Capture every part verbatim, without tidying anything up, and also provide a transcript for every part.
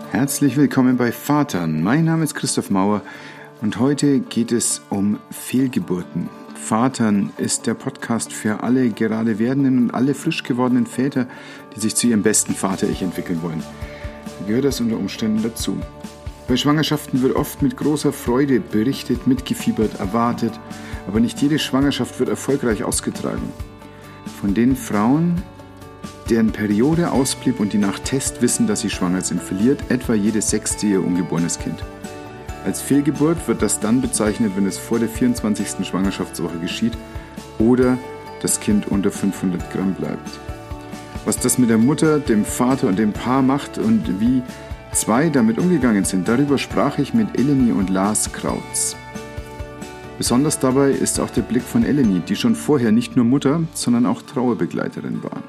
Herzlich willkommen bei Vatern. Mein Name ist Christoph Mauer und heute geht es um Fehlgeburten. Vatern ist der Podcast für alle gerade werdenden und alle frisch gewordenen Väter, die sich zu ihrem besten Vater-Ich entwickeln wollen. Da gehört das unter Umständen dazu. Bei Schwangerschaften wird oft mit großer Freude berichtet, mitgefiebert, erwartet, aber nicht jede Schwangerschaft wird erfolgreich ausgetragen. Von den Frauen, deren Periode ausblieb und die nach Test wissen, dass sie schwanger sind, verliert etwa jede sechste ihr ungeborenes Kind. Als Fehlgeburt wird das dann bezeichnet, wenn es vor der vierundzwanzigsten Schwangerschaftswoche geschieht oder das Kind unter fünfhundert Gramm bleibt. Was das mit der Mutter, dem Vater und dem Paar macht und wie zwei damit umgegangen sind, darüber sprach ich mit Eleni und Lars Krautz. Besonders dabei ist auch der Blick von Eleni, die schon vorher nicht nur Mutter, sondern auch Trauerbegleiterin war.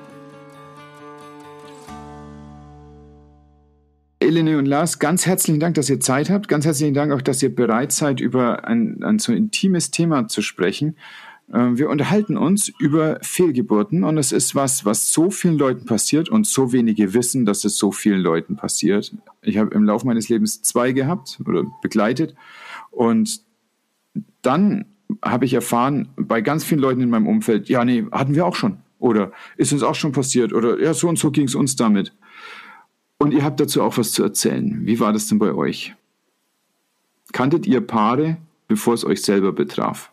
Eleni und Lars, ganz herzlichen Dank, dass ihr Zeit habt. Ganz herzlichen Dank auch, dass ihr bereit seid, über ein, ein so intimes Thema zu sprechen. Wir unterhalten uns über Fehlgeburten und es ist was, was so vielen Leuten passiert und so wenige wissen, dass es so vielen Leuten passiert. Ich habe im Laufe meines Lebens zwei gehabt oder begleitet und dann habe ich erfahren, bei ganz vielen Leuten in meinem Umfeld, ja, nee, hatten wir auch schon oder ist uns auch schon passiert oder ja, so und so ging es uns damit. Und ihr habt dazu auch was zu erzählen. Wie war das denn bei euch? Kanntet ihr Paare, bevor es euch selber betraf?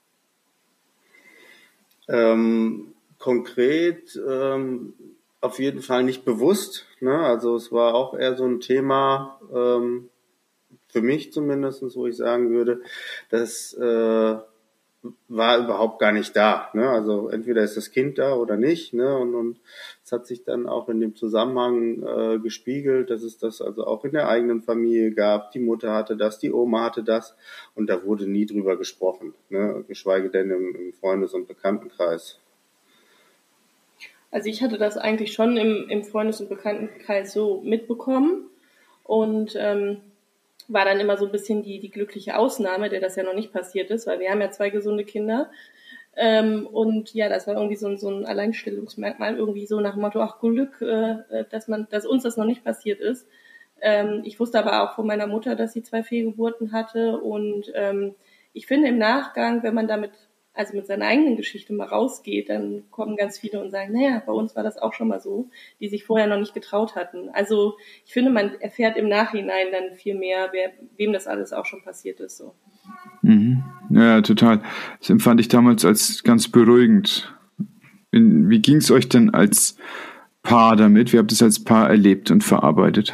Ähm, konkret ähm, auf jeden Fall nicht bewusst. Ne? Also es war auch eher so ein Thema, ähm, für mich zumindest, wo ich sagen würde, das äh, war überhaupt gar nicht da. Ne? Also entweder ist das Kind da oder nicht. Ne? Und, und es hat sich dann auch in dem Zusammenhang äh, gespiegelt, dass es das also auch in der eigenen Familie gab. Die Mutter hatte das, die Oma hatte das und da wurde nie drüber gesprochen. Ne? Geschweige denn im, im Freundes- und Bekanntenkreis. Also ich hatte das eigentlich schon im, im Freundes- und Bekanntenkreis so mitbekommen und ähm, war dann immer so ein bisschen die, die glückliche Ausnahme, der das ja noch nicht passiert ist, weil wir haben ja zwei gesunde Kinder. Ähm, und ja, das war irgendwie so ein, so ein Alleinstellungsmerkmal, irgendwie so nach dem Motto, ach Glück, äh, dass man, dass uns das noch nicht passiert ist. Ähm, ich wusste aber auch von meiner Mutter, dass sie zwei Fehlgeburten hatte und ähm, ich finde im Nachgang, wenn man damit, also mit seiner eigenen Geschichte mal rausgeht, dann kommen ganz viele und sagen, naja, bei uns war das auch schon mal so, die sich vorher noch nicht getraut hatten. Also ich finde, man erfährt im Nachhinein dann viel mehr, wer, wem das alles auch schon passiert ist. So. Mhm. Ja, total. Das empfand ich damals als ganz beruhigend. Wie ging es euch denn als Paar damit? Wie habt ihr es als Paar erlebt und verarbeitet?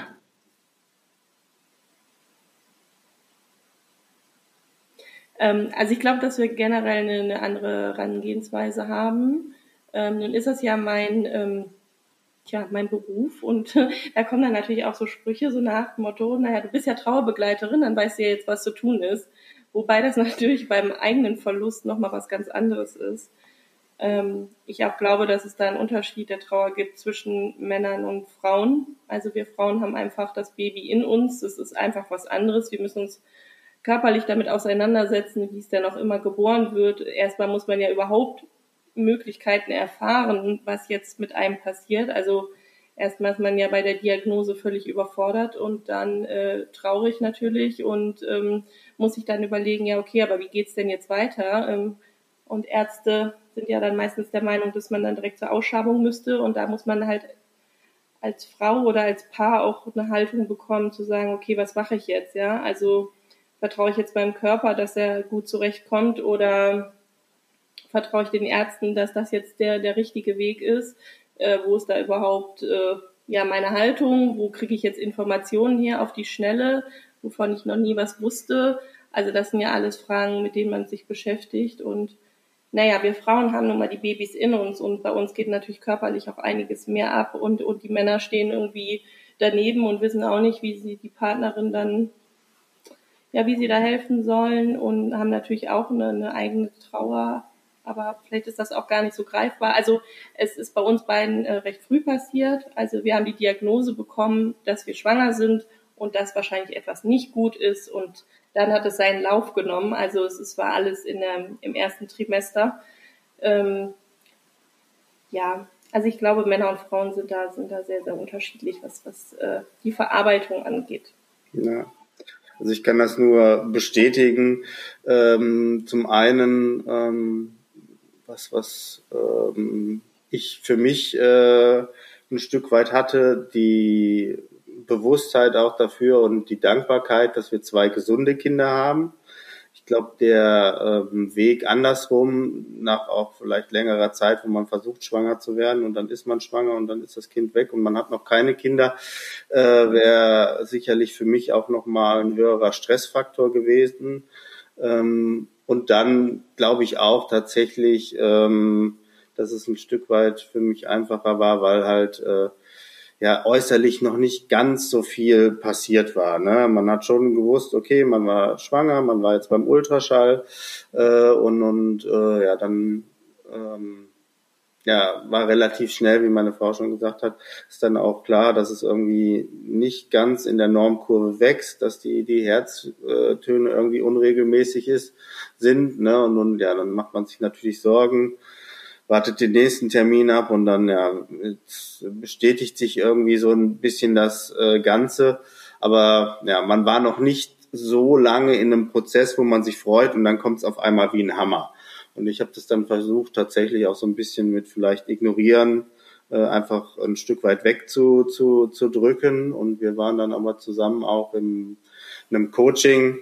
Also ich glaube, dass wir generell eine, eine andere Herangehensweise haben. Ähm, nun ist das ja mein, ähm, tja, mein Beruf und äh, da kommen dann natürlich auch so Sprüche so nach dem Motto, naja, du bist ja Trauerbegleiterin, dann weißt du ja jetzt, was zu tun ist. Wobei das natürlich beim eigenen Verlust nochmal was ganz anderes ist. Ähm, ich auch glaube, dass es da einen Unterschied der Trauer gibt zwischen Männern und Frauen. Also wir Frauen haben einfach das Baby in uns, das ist einfach was anderes. Wir müssen uns körperlich damit auseinandersetzen, wie es denn auch immer geboren wird. Erstmal muss man ja überhaupt Möglichkeiten erfahren, was jetzt mit einem passiert. Also erstmal ist man ja bei der Diagnose völlig überfordert und dann äh, traurig natürlich und ähm, muss sich dann überlegen, ja okay, aber wie geht's denn jetzt weiter? Ähm, und Ärzte sind ja dann meistens der Meinung, dass man dann direkt zur Ausschabung müsste und da muss man halt als Frau oder als Paar auch eine Haltung bekommen, zu sagen, okay, was mache ich jetzt? Ja, also vertraue ich jetzt meinem Körper, dass er gut zurechtkommt oder vertraue ich den Ärzten, dass das jetzt der, der richtige Weg ist? Äh, wo ist da überhaupt äh, ja meine Haltung? Wo kriege ich jetzt Informationen her auf die Schnelle, wovon ich noch nie was wusste? Also das sind ja alles Fragen, mit denen man sich beschäftigt und naja, wir Frauen haben nun mal die Babys in uns und bei uns geht natürlich körperlich auch einiges mehr ab und, und die Männer stehen irgendwie daneben und wissen auch nicht, wie sie die Partnerin dann ja, wie sie da helfen sollen und haben natürlich auch eine, eine eigene Trauer, aber vielleicht ist das auch gar nicht so greifbar. Also es ist bei uns beiden äh, recht früh passiert. Also wir haben die Diagnose bekommen, dass wir schwanger sind und dass wahrscheinlich etwas nicht gut ist und dann hat es seinen Lauf genommen. Also es, es war alles in der, im ersten Trimester. Ähm, ja, Also ich glaube, Männer und Frauen sind da, sind da sehr, sehr unterschiedlich, was, was äh, die Verarbeitung angeht. Ja. Also ich kann das nur bestätigen. Ähm, zum einen, ähm, was, was ähm, ich für mich äh, ein Stück weit hatte, die Bewusstheit auch dafür und die Dankbarkeit, dass wir zwei gesunde Kinder haben. Ich glaube, der ähm, Weg andersrum, nach auch vielleicht längerer Zeit, wo man versucht, schwanger zu werden und dann ist man schwanger und dann ist das Kind weg und man hat noch keine Kinder, äh, wäre sicherlich für mich auch nochmal ein höherer Stressfaktor gewesen. Ähm, und dann glaube ich auch tatsächlich, ähm, dass es ein Stück weit für mich einfacher war, weil halt äh, ja äußerlich noch nicht ganz so viel passiert war. Ne? Man hat schon gewusst, okay, man war schwanger, man war jetzt beim Ultraschall äh, und und äh, ja dann ähm, ja war relativ schnell, wie meine Frau schon gesagt hat, ist dann auch klar, dass es irgendwie nicht ganz in der Normkurve wächst, dass die die Herztöne irgendwie unregelmäßig ist sind. Ne? Und nun ja, dann macht man sich natürlich Sorgen, wartet den nächsten Termin ab und dann ja jetzt bestätigt sich irgendwie so ein bisschen das äh, Ganze. Aber ja, man war noch nicht so lange in einem Prozess, wo man sich freut und dann kommt es auf einmal wie ein Hammer. Und ich habe das dann versucht, tatsächlich auch so ein bisschen mit vielleicht ignorieren, äh, einfach ein Stück weit weg zu, zu, zu drücken. Und wir waren dann aber zusammen auch im, in einem Coaching,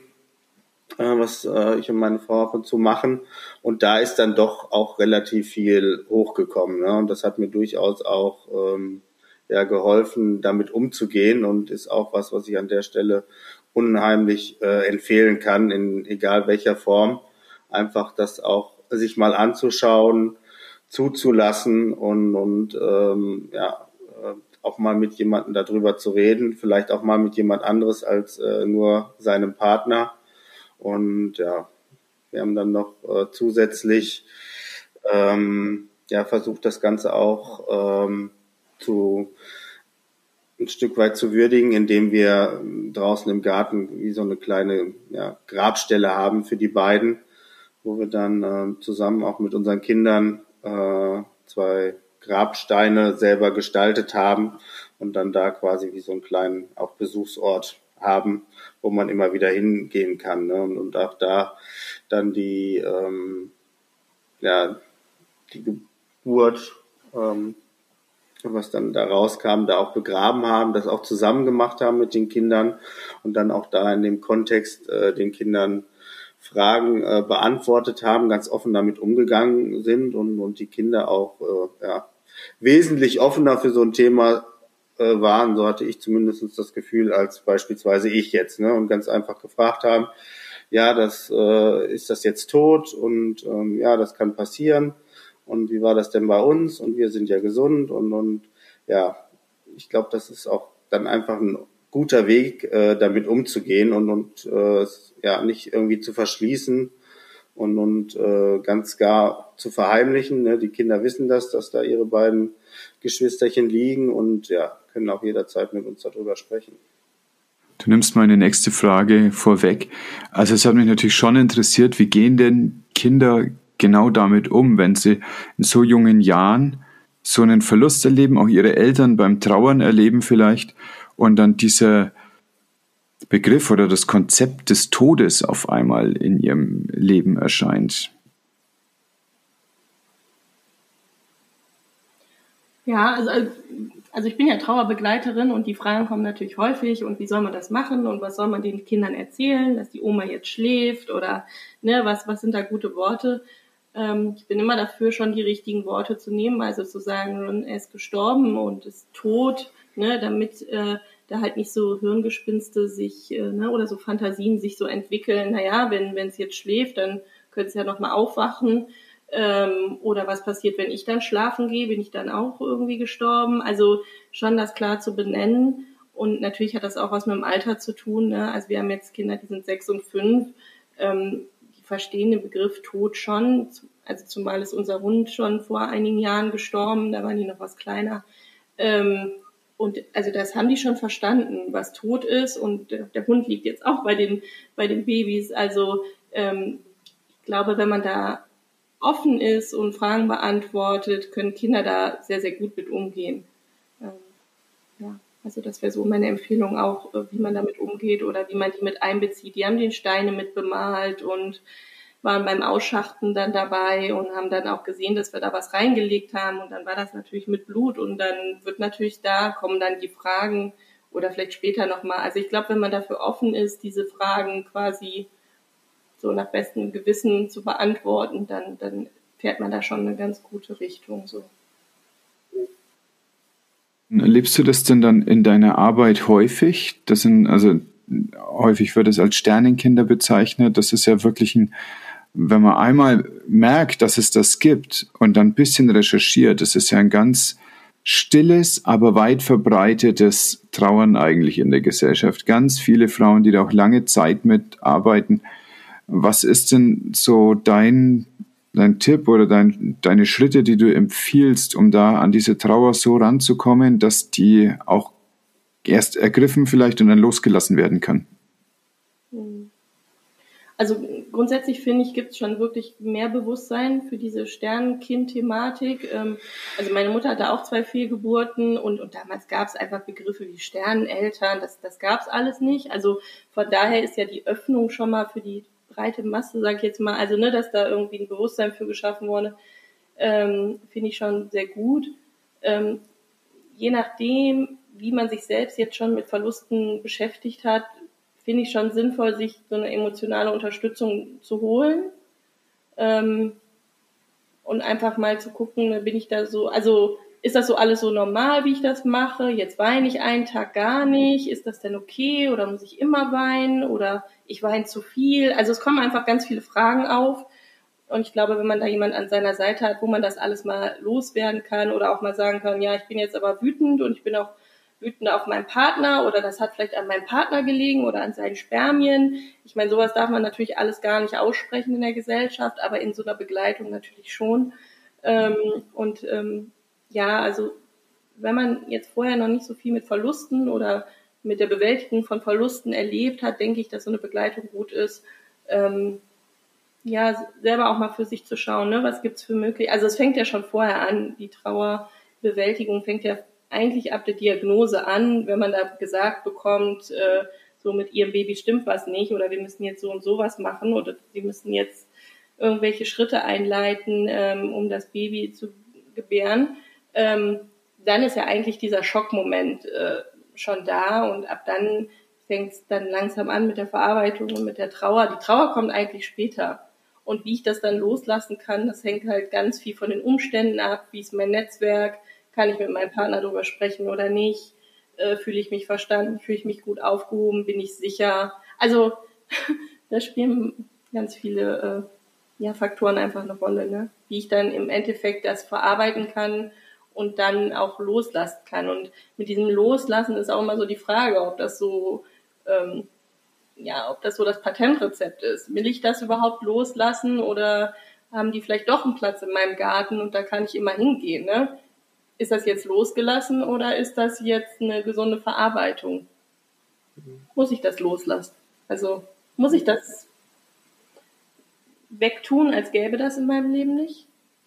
was äh, ich und meine Frau ab und zu machen. Und da ist dann doch auch relativ viel hochgekommen. Ne? Und das hat mir durchaus auch ähm, ja, geholfen, damit umzugehen und ist auch was, was ich an der Stelle unheimlich äh, empfehlen kann, in egal welcher Form. Einfach das auch sich mal anzuschauen, zuzulassen und, und ähm, ja, äh, auch mal mit jemandem darüber zu reden, vielleicht auch mal mit jemand anderes als äh, nur seinem Partner. Und ja, wir haben dann noch äh, zusätzlich ähm, ja versucht, das Ganze auch ähm, zu ein Stück weit zu würdigen, indem wir draußen im Garten wie so eine kleine ja, Grabstelle haben für die beiden, wo wir dann äh, zusammen auch mit unseren Kindern äh, zwei Grabsteine selber gestaltet haben und dann da quasi wie so einen kleinen auch Besuchsort haben, wo man immer wieder hingehen kann. Ne? Und, und auch da dann die, ähm, ja, die Geburt, ähm, was dann da rauskam, da auch begraben haben, das auch zusammen gemacht haben mit den Kindern und dann auch da in dem Kontext äh, den Kindern Fragen äh, beantwortet haben, ganz offen damit umgegangen sind und, und die Kinder auch äh, ja, wesentlich offener für so ein Thema waren, so hatte ich zumindest das Gefühl, als beispielsweise ich jetzt, ne, und ganz einfach gefragt haben, ja, das äh, ist das jetzt tot und ähm, ja, das kann passieren und wie war das denn bei uns und wir sind ja gesund und und ja, ich glaube, das ist auch dann einfach ein guter Weg, äh, damit umzugehen und und äh, ja nicht irgendwie zu verschließen und und äh, ganz gar zu verheimlichen. Ne? Die Kinder wissen das, dass da ihre beiden Geschwisterchen liegen und ja, können auch jederzeit mit uns darüber sprechen. Du nimmst meine nächste Frage vorweg. Also es hat mich natürlich schon interessiert, wie gehen denn Kinder genau damit um, wenn sie in so jungen Jahren so einen Verlust erleben, auch ihre Eltern beim Trauern erleben vielleicht und dann dieser Begriff oder das Konzept des Todes auf einmal in ihrem Leben erscheint. Ja, also, also ich bin ja Trauerbegleiterin und die Fragen kommen natürlich häufig und wie soll man das machen und was soll man den Kindern erzählen, dass die Oma jetzt schläft oder ne, was, was sind da gute Worte? Ähm, ich bin immer dafür, schon die richtigen Worte zu nehmen, also zu sagen, er ist gestorben und ist tot, ne, damit äh, da halt nicht so Hirngespinste sich äh, ne, oder so Fantasien sich so entwickeln, naja, wenn wenn es jetzt schläft, dann könnte es ja nochmal aufwachen. Ähm, oder was passiert, wenn ich dann schlafen gehe, bin ich dann auch irgendwie gestorben? Also schon das klar zu benennen und natürlich hat das auch was mit dem Alter zu tun. Ne? Also wir haben jetzt Kinder, die sind sechs und fünf, ähm, die verstehen den Begriff Tod schon, also zumal ist unser Hund schon vor einigen Jahren gestorben, da waren die noch was kleiner. Ähm, und also das haben die schon verstanden, was Tod ist und der, der Hund liegt jetzt auch bei den, bei den Babys. Also ähm, ich glaube, wenn man da offen ist und Fragen beantwortet, können Kinder da sehr, sehr gut mit umgehen. Ähm, ja, also das wäre so meine Empfehlung auch, wie man damit umgeht oder wie man die mit einbezieht. Die haben den Steine mit bemalt und waren beim Ausschachten dann dabei und haben dann auch gesehen, dass wir da was reingelegt haben und dann war das natürlich mit Blut und dann wird natürlich da, kommen dann die Fragen oder vielleicht später nochmal. Also ich glaube, wenn man dafür offen ist, diese Fragen quasi so nach bestem Gewissen zu beantworten, dann, dann fährt man da schon eine ganz gute Richtung. So. Erlebst du das denn dann in deiner Arbeit häufig? Das sind, also häufig wird es als Sternenkinder bezeichnet. Das ist ja wirklich ein, wenn man einmal merkt, dass es das gibt und dann ein bisschen recherchiert, das ist ja ein ganz stilles, aber weit verbreitetes Trauern eigentlich in der Gesellschaft. Ganz viele Frauen, die da auch lange Zeit mitarbeiten. Was ist denn so dein, dein Tipp oder dein, deine Schritte, die du empfiehlst, um da an diese Trauer so ranzukommen, dass die auch erst ergriffen vielleicht und dann losgelassen werden kann? Also grundsätzlich finde ich, gibt es schon wirklich mehr Bewusstsein für diese Sternenkind-Thematik. Also meine Mutter hatte auch zwei Fehlgeburten und, und damals gab es einfach Begriffe wie Sterneneltern, das, das gab es alles nicht. Also von daher ist ja die Öffnung schon mal für die breite Masse, sage ich jetzt mal, also ne, dass da irgendwie ein Bewusstsein für geschaffen wurde, ähm, finde ich schon sehr gut. Ähm, je nachdem, wie man sich selbst jetzt schon mit Verlusten beschäftigt hat, finde ich schon sinnvoll, sich so eine emotionale Unterstützung zu holen ähm, und einfach mal zu gucken, bin ich da so, also ist das so alles so normal, wie ich das mache? Jetzt weine ich einen Tag gar nicht. Ist das denn okay oder muss ich immer weinen oder ich weine zu viel? Also es kommen einfach ganz viele Fragen auf und ich glaube, wenn man da jemand an seiner Seite hat, wo man das alles mal loswerden kann oder auch mal sagen kann, ja, ich bin jetzt aber wütend und ich bin auch wütend auf meinen Partner oder das hat vielleicht an meinem Partner gelegen oder an seinen Spermien. Ich meine, sowas darf man natürlich alles gar nicht aussprechen in der Gesellschaft, aber in so einer Begleitung natürlich schon. Ähm, und ähm, ja, also wenn man jetzt vorher noch nicht so viel mit Verlusten oder mit der Bewältigung von Verlusten erlebt hat, denke ich, dass so eine Begleitung gut ist. Ähm, ja, selber auch mal für sich zu schauen, ne, was gibt's für Möglichkeiten. Also es fängt ja schon vorher an, die Trauerbewältigung fängt ja eigentlich ab der Diagnose an, wenn man da gesagt bekommt, äh, so mit ihrem Baby stimmt was nicht oder wir müssen jetzt so und so was machen oder sie müssen jetzt irgendwelche Schritte einleiten, ähm, um das Baby zu gebären, ähm, dann ist ja eigentlich dieser Schockmoment äh, schon da und ab dann fängt es dann langsam an mit der Verarbeitung und mit der Trauer. Die Trauer kommt eigentlich später. Und wie ich das dann loslassen kann, das hängt halt ganz viel von den Umständen ab. Wie ist mein Netzwerk? Kann ich mit meinem Partner darüber sprechen oder nicht? Äh, fühle ich mich verstanden? Fühle ich mich gut aufgehoben? Bin ich sicher? Also da spielen ganz viele äh, ja, Faktoren einfach eine Rolle, ne? Wie ich dann im Endeffekt das verarbeiten kann und dann auch loslassen kann. Und mit diesem Loslassen ist auch immer so die Frage, ob das so ähm, ja, ob das so das Patentrezept ist. Will ich das überhaupt loslassen oder haben die vielleicht doch einen Platz in meinem Garten und da kann ich immer hingehen, ne? Ist das jetzt losgelassen oder ist das jetzt eine gesunde Verarbeitung? Muss ich das loslassen? Also muss ich das wegtun, als gäbe das in meinem Leben nicht?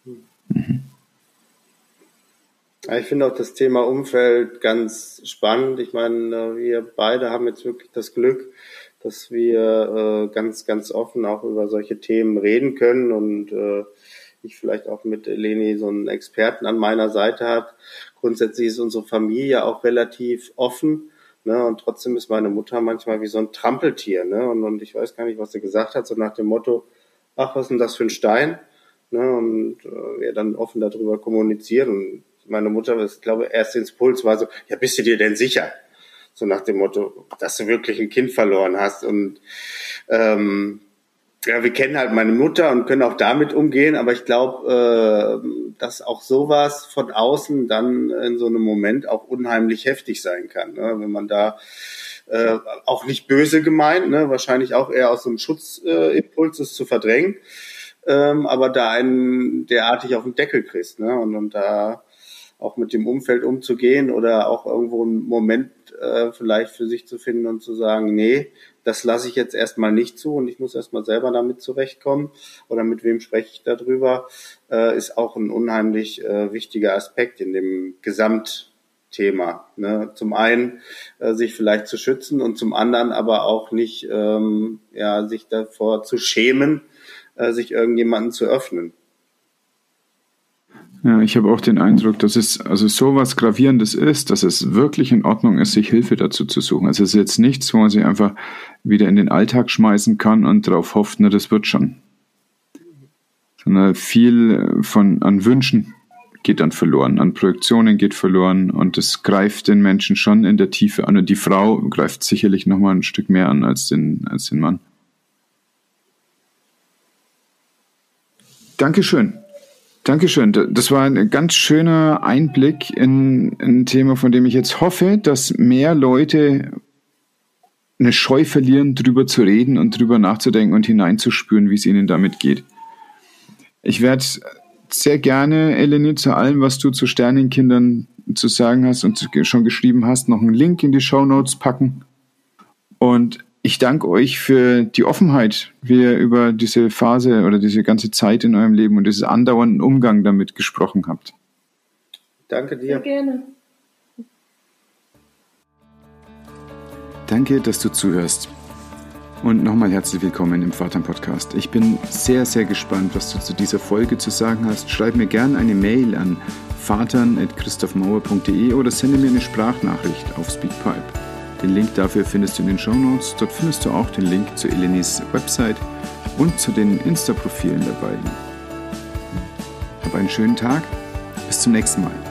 Ja, ich finde auch das Thema Umfeld ganz spannend. Ich meine, wir beide haben jetzt wirklich das Glück, dass wir äh, ganz, ganz offen auch über solche Themen reden können und äh, ich vielleicht auch mit Leni so einen Experten an meiner Seite hat. Grundsätzlich ist unsere Familie auch relativ offen, ne? Und trotzdem ist meine Mutter manchmal wie so ein Trampeltier, ne? Und, und ich weiß gar nicht, was sie gesagt hat, so nach dem Motto, ach, was ist denn das für ein Stein? Ne? Und äh, wir dann offen darüber kommunizieren. Und meine Mutter, ich glaube, erst Impuls war so, ja, bist du dir denn sicher? So nach dem Motto, dass du wirklich ein Kind verloren hast. Und ähm, ja, wir kennen halt meine Mutter und können auch damit umgehen, aber ich glaube, äh, dass auch sowas von außen dann in so einem Moment auch unheimlich heftig sein kann, ne? Wenn man da äh, auch nicht böse gemeint, ne? Wahrscheinlich auch eher aus so einem Schutzimpuls äh, es zu verdrängen, ähm, aber da einen derartig auf den Deckel kriegst, ne? Und, und da auch mit dem Umfeld umzugehen oder auch irgendwo einen Moment äh, vielleicht für sich zu finden und zu sagen, nee, das lasse ich jetzt erstmal nicht zu und ich muss erstmal selber damit zurechtkommen oder mit wem spreche ich darüber, äh, ist auch ein unheimlich äh, wichtiger Aspekt in dem Gesamtthema. Ne? Zum einen äh, sich vielleicht zu schützen und zum anderen aber auch nicht ähm, ja, sich davor zu schämen, äh, sich irgendjemanden zu öffnen. Ja, ich habe auch den Eindruck, dass es also so was Gravierendes ist, dass es wirklich in Ordnung ist, sich Hilfe dazu zu suchen. Also es ist jetzt nichts, wo man sich einfach wieder in den Alltag schmeißen kann und darauf hofft, na, das wird schon. Sondern viel von, an Wünschen geht dann verloren, an Projektionen geht verloren und es greift den Menschen schon in der Tiefe an. Und die Frau greift sicherlich nochmal ein Stück mehr an als den, als den Mann. Dankeschön. Dankeschön. Das war ein ganz schöner Einblick in ein Thema, von dem ich jetzt hoffe, dass mehr Leute eine Scheu verlieren, drüber zu reden und drüber nachzudenken und hineinzuspüren, wie es ihnen damit geht. Ich werde sehr gerne, Eleni, zu allem, was du zu Sternenkindern zu sagen hast und schon geschrieben hast, noch einen Link in die Shownotes packen. Und ich danke euch für die Offenheit, wie ihr über diese Phase oder diese ganze Zeit in eurem Leben und diesen andauernden Umgang damit gesprochen habt. Danke dir. Sehr gerne. Danke, dass du zuhörst. Und nochmal herzlich willkommen im Vatern-Podcast. Ich bin sehr, sehr gespannt, was du zu dieser Folge zu sagen hast. Schreib mir gerne eine Mail an vatern at christoph mauer punkt de oder sende mir eine Sprachnachricht auf Speakpipe. Den Link dafür findest du in den Shownotes. Dort findest du auch den Link zu Elenis Website und zu den Insta-Profilen der beiden. Hab einen schönen Tag. Bis zum nächsten Mal.